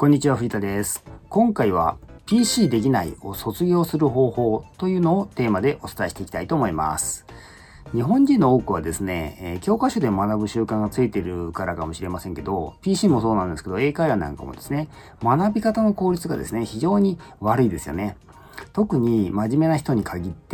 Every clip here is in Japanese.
こんにちは、藤田です。今回は PC できないを卒業する方法というのをテーマでお伝えしていきたいと思います。日本人の多くはですね、教科書で学ぶ習慣がついているからかもしれませんけど、PC もそうなんですけど、英会話なんかもですね、学び方の効率がですね、非常に悪いですよね。特に真面目な人に限って、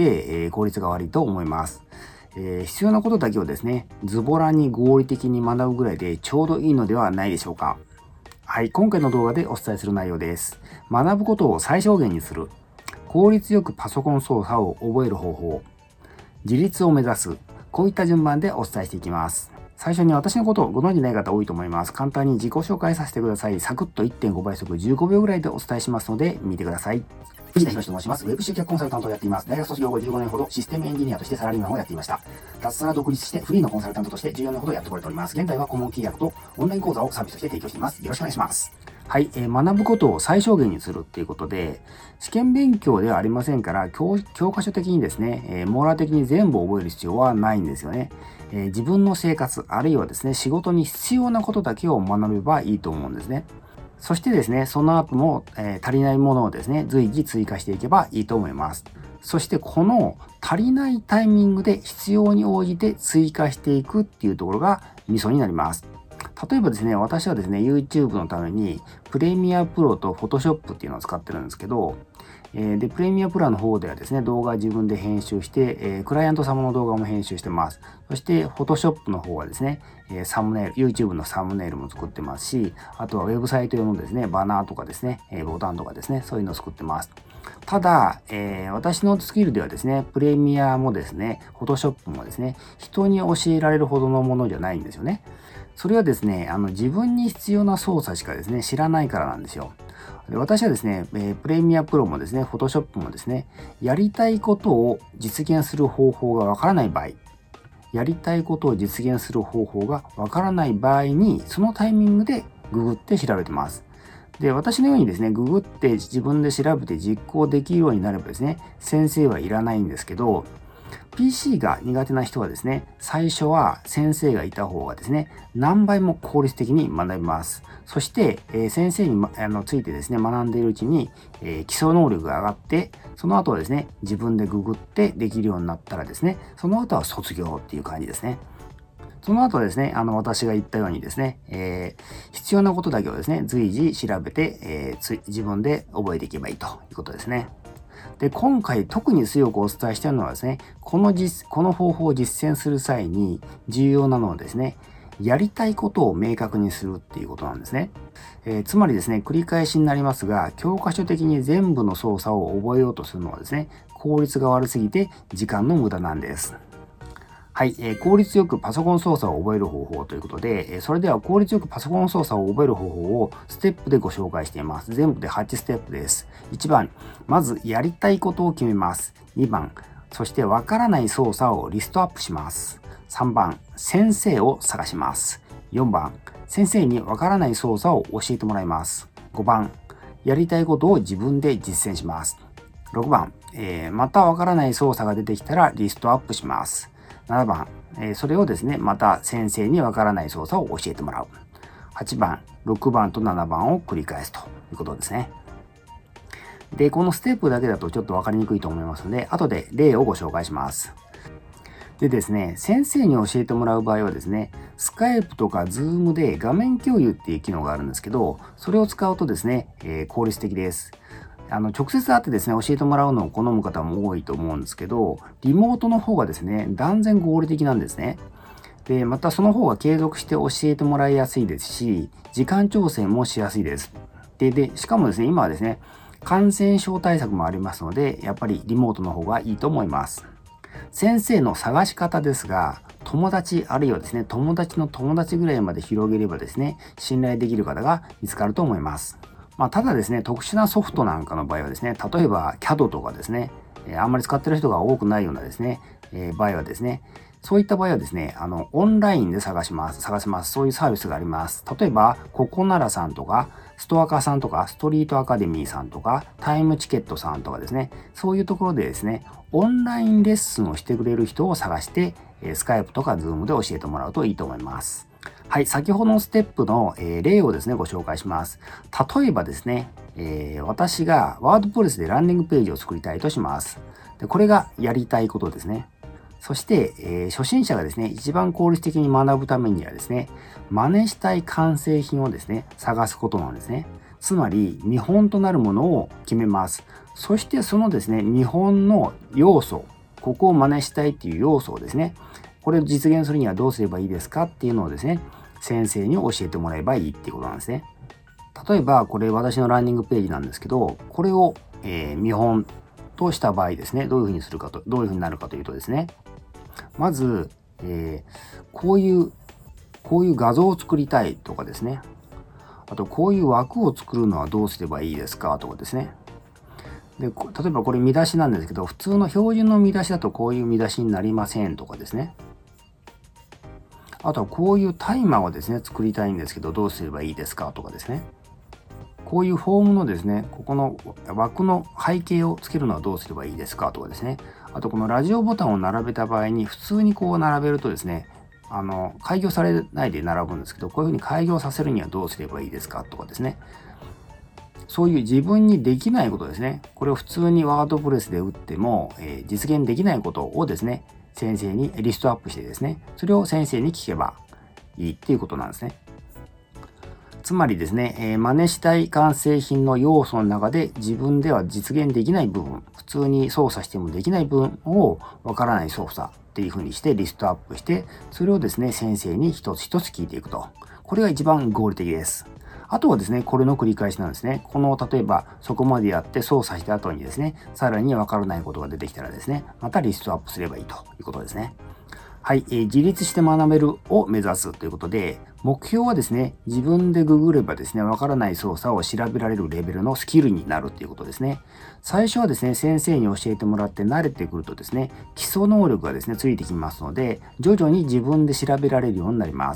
効率が悪いと思います。必要なことだけをですね、ズボラに合理的に学ぶぐらいでちょうどいいのではないでしょうか。はい、今回の動画でお伝えする内容です。学ぶことを最小限にする。効率よくパソコン操作を覚える方法。自立を目指す。こういった順番でお伝えしていきます。最初に私のことをご存じない方多いと思います。簡単に自己紹介させてください。サクッと 1.5 倍速15秒ぐらいでお伝えしますので見てください。藤田博と申します。ウェブ集客コンサルタントをやっています。大学卒業後15年ほどシステムエンジニアとしてサラリーマンをやっていました。脱サラ独立してフリーのコンサルタントとして14年ほどやってこれております。現在は顧問契約とオンライン講座をサービスとして提供しています。よろしくお願いします。はい、学ぶことを最小限にするっていうことで、試験勉強ではありませんから、教科書的にですね、網羅的に全部覚える必要はないんですよね。自分の生活、あるいはですね、仕事に必要なことだけを学べばいいと思うんですね。そしてですね、その後も、足りないものをですね、随時追加していけばいいと思います。そしてこの足りないタイミングで必要に応じて追加していくっていうところがミソになります。例えばですね、私はですね、YouTube のためにプレミアプロと Photoshop っていうのを使ってるんですけど、で、プレミアプラの方ではですね、動画自分で編集して、クライアント様の動画も編集してます。そして、Photoshop の方はですね、サムネイル、YouTube のサムネイルも作ってますし、あとはウェブサイト用のですね、バナーとかですね、ボタンとかですね、そういうのを作ってます。ただ、私のスキルではですね、プレミアもですね、Photoshop もですね、人に教えられるほどのものじゃないんですよね。それはですね、自分に必要な操作しかですね、知らないからなんですよ。で、私はですね、プレミアプロもですね、フォトショップもですね、やりたいことを実現する方法がわからない場合、やりたいことを実現する方法がわからない場合に、そのタイミングでググって調べてます。で、私のようにですね、ググって自分で調べて実行できるようになればですね、先生はいらないんですけど、PC が苦手な人はですね、最初は先生がいた方がですね、何倍も効率的に学びます。そして、先生に、ついてですね、学んでいるうちに、基礎能力が上がって、その後はですね、自分でググってできるようになったらですね、その後は卒業っていう感じですね。その後はですね、私が言ったようにですね、必要なことだけをですね、随時調べて、自分で覚えていけばいいということですね。で、今回特に強くお伝えしたいのはですね、この方法を実践する際に重要なのはですね、やりたいことを明確にするっていうことなんですね。つまりですね、繰り返しになりますが、教科書的に全部の操作を覚えようとするのはですね、効率が悪すぎて時間の無駄なんです。はい、効率よくパソコン操作を覚える方法ということで、それでは効率よくパソコン操作を覚える方法をステップでご紹介しています。全部で8ステップです。1番、まずやりたいことを決めます。2番、そしてわからない操作をリストアップします。3番、先生を探します。4番、先生にわからない操作を教えてもらいます。5番、やりたいことを自分で実践します。6番、またわからない操作が出てきたらリストアップします。7番、それをですね、また先生にわからない操作を教えてもらう。8番、6番と7番を繰り返すということですね。で、このステップだけだとちょっとわかりにくいと思いますので、後で例をご紹介します。でですね、先生に教えてもらう場合はですね、スカイプとかズームで画面共有っていう機能があるんですけど、それを使うとですね、効率的です。直接会ってですね、教えてもらうのを好む方も多いと思うんですけど、リモートの方がですね、断然合理的なんですね。で、またその方が継続して教えてもらいやすいですし、時間調整もしやすいです。で、しかもですね、今はですね、感染症対策もありますので、やっぱりリモートの方がいいと思います。先生の探し方ですが、友達あるいはですね、友達の友達ぐらいまで広げればですね、信頼できる方が見つかると思います。ただですね、特殊なソフトなんかの場合はですね、例えば CAD とかですね、あんまり使ってる人が多くないようなですね、場合はですね、そういった場合はですね、オンラインで探せます。そういうサービスがあります。例えば、ココナラさんとか、ストアカさんとか、ストリートアカデミーさんとか、タイムチケットさんとかですね、そういうところでですね、オンラインレッスンをしてくれる人を探して、スカイプとかズームで教えてもらうといいと思います。 はい、先ほどのステップの、例をですね、ご紹介します。例えばですね、私がワードプレスでランディングページを作りたいとします。で、これがやりたいことですね。そして、初心者がですね、一番効率的に学ぶためにはですね、真似したい完成品をですね、探すことなんですね。つまり、見本となるものを決めます。そしてそのですね、見本の要素、ここを真似したいっていう要素をですね、これを実現するにはどうすればいいですかっていうのをですね、先生に教えてもらえばいいっていうことなんですね。例えば、これ私のランニングページなんですけど、これを、見本とした場合ですね、どういうふうにするかと、どういうふうになるかというとですね、まず、こういう画像を作りたいとかですね。あと、こういう枠を作るのはどうすればいいですかとかですね。で、例えばこれ見出しなんですけど、普通の標準の見出しだとこういう見出しになりませんとかですね。あとはこういうタイマーをですね、作りたいんですけど、どうすればいいですかとかですね。こういうフォームのですね、ここの枠の背景をつけるのはどうすればいいですかとかですね。あとこのラジオボタンを並べた場合に普通にこう並べるとですね、開業されないで並ぶんですけど、こういうふうに開業させるにはどうすればいいですかとかですね。そういう自分にできないことですね。これを普通にワードプレスで打っても、実現できないことをですね、先生にリストアップしてですね、それを先生に聞けばいいっていうことなんですね。つまりですね、真似したい完成品の要素の中で自分では実現できない部分、普通に操作してもできない部分をわからない操作っていう風にしてリストアップして、それをですね、先生に一つ一つ聞いていくと。これが一番合理的です。あとはですね、これの繰り返しなんですね。この、例えば、そこまでやって操作した後にですね、さらにわからないことが出てきたらですね、またリストアップすればいいということですね。はい、自立して学べるを目指すということで、目標はですね、自分でググればですね、わからない操作を調べられるレベルのスキルになるということですね。最初はですね、先生に教えてもらって慣れてくるとですね、基礎能力がですね、ついてきますので、徐々に自分で調べられるようになります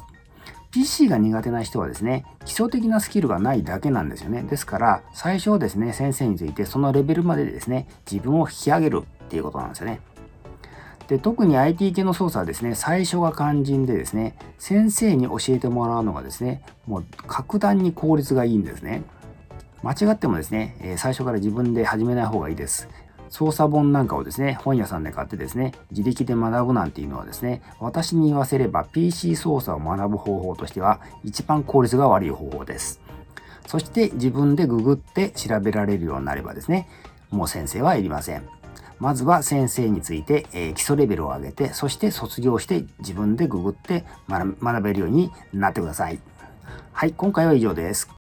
。PC が苦手な人はですね、基礎的なスキルがないだけなんですよね。ですから、最初はですね、先生についてそのレベルまででですね、自分を引き上げるっていうことなんですよね。で、特に IT 系の操作はですね、最初が肝心でですね、先生に教えてもらうのがですね、もう格段に効率がいいんですね。間違ってもですね、最初から自分で始めない方がいいです。操作本なんかをですね、本屋さんで買ってですね、自力で学ぶなんていうのはですね、私に言わせれば PC 操作を学ぶ方法としては一番効率が悪い方法です。そして自分でググって調べられるようになればですね、もう先生はいりません。まずは先生について、基礎レベルを上げて、そして卒業して自分でググって学べるようになってください。はい、今回は以上です。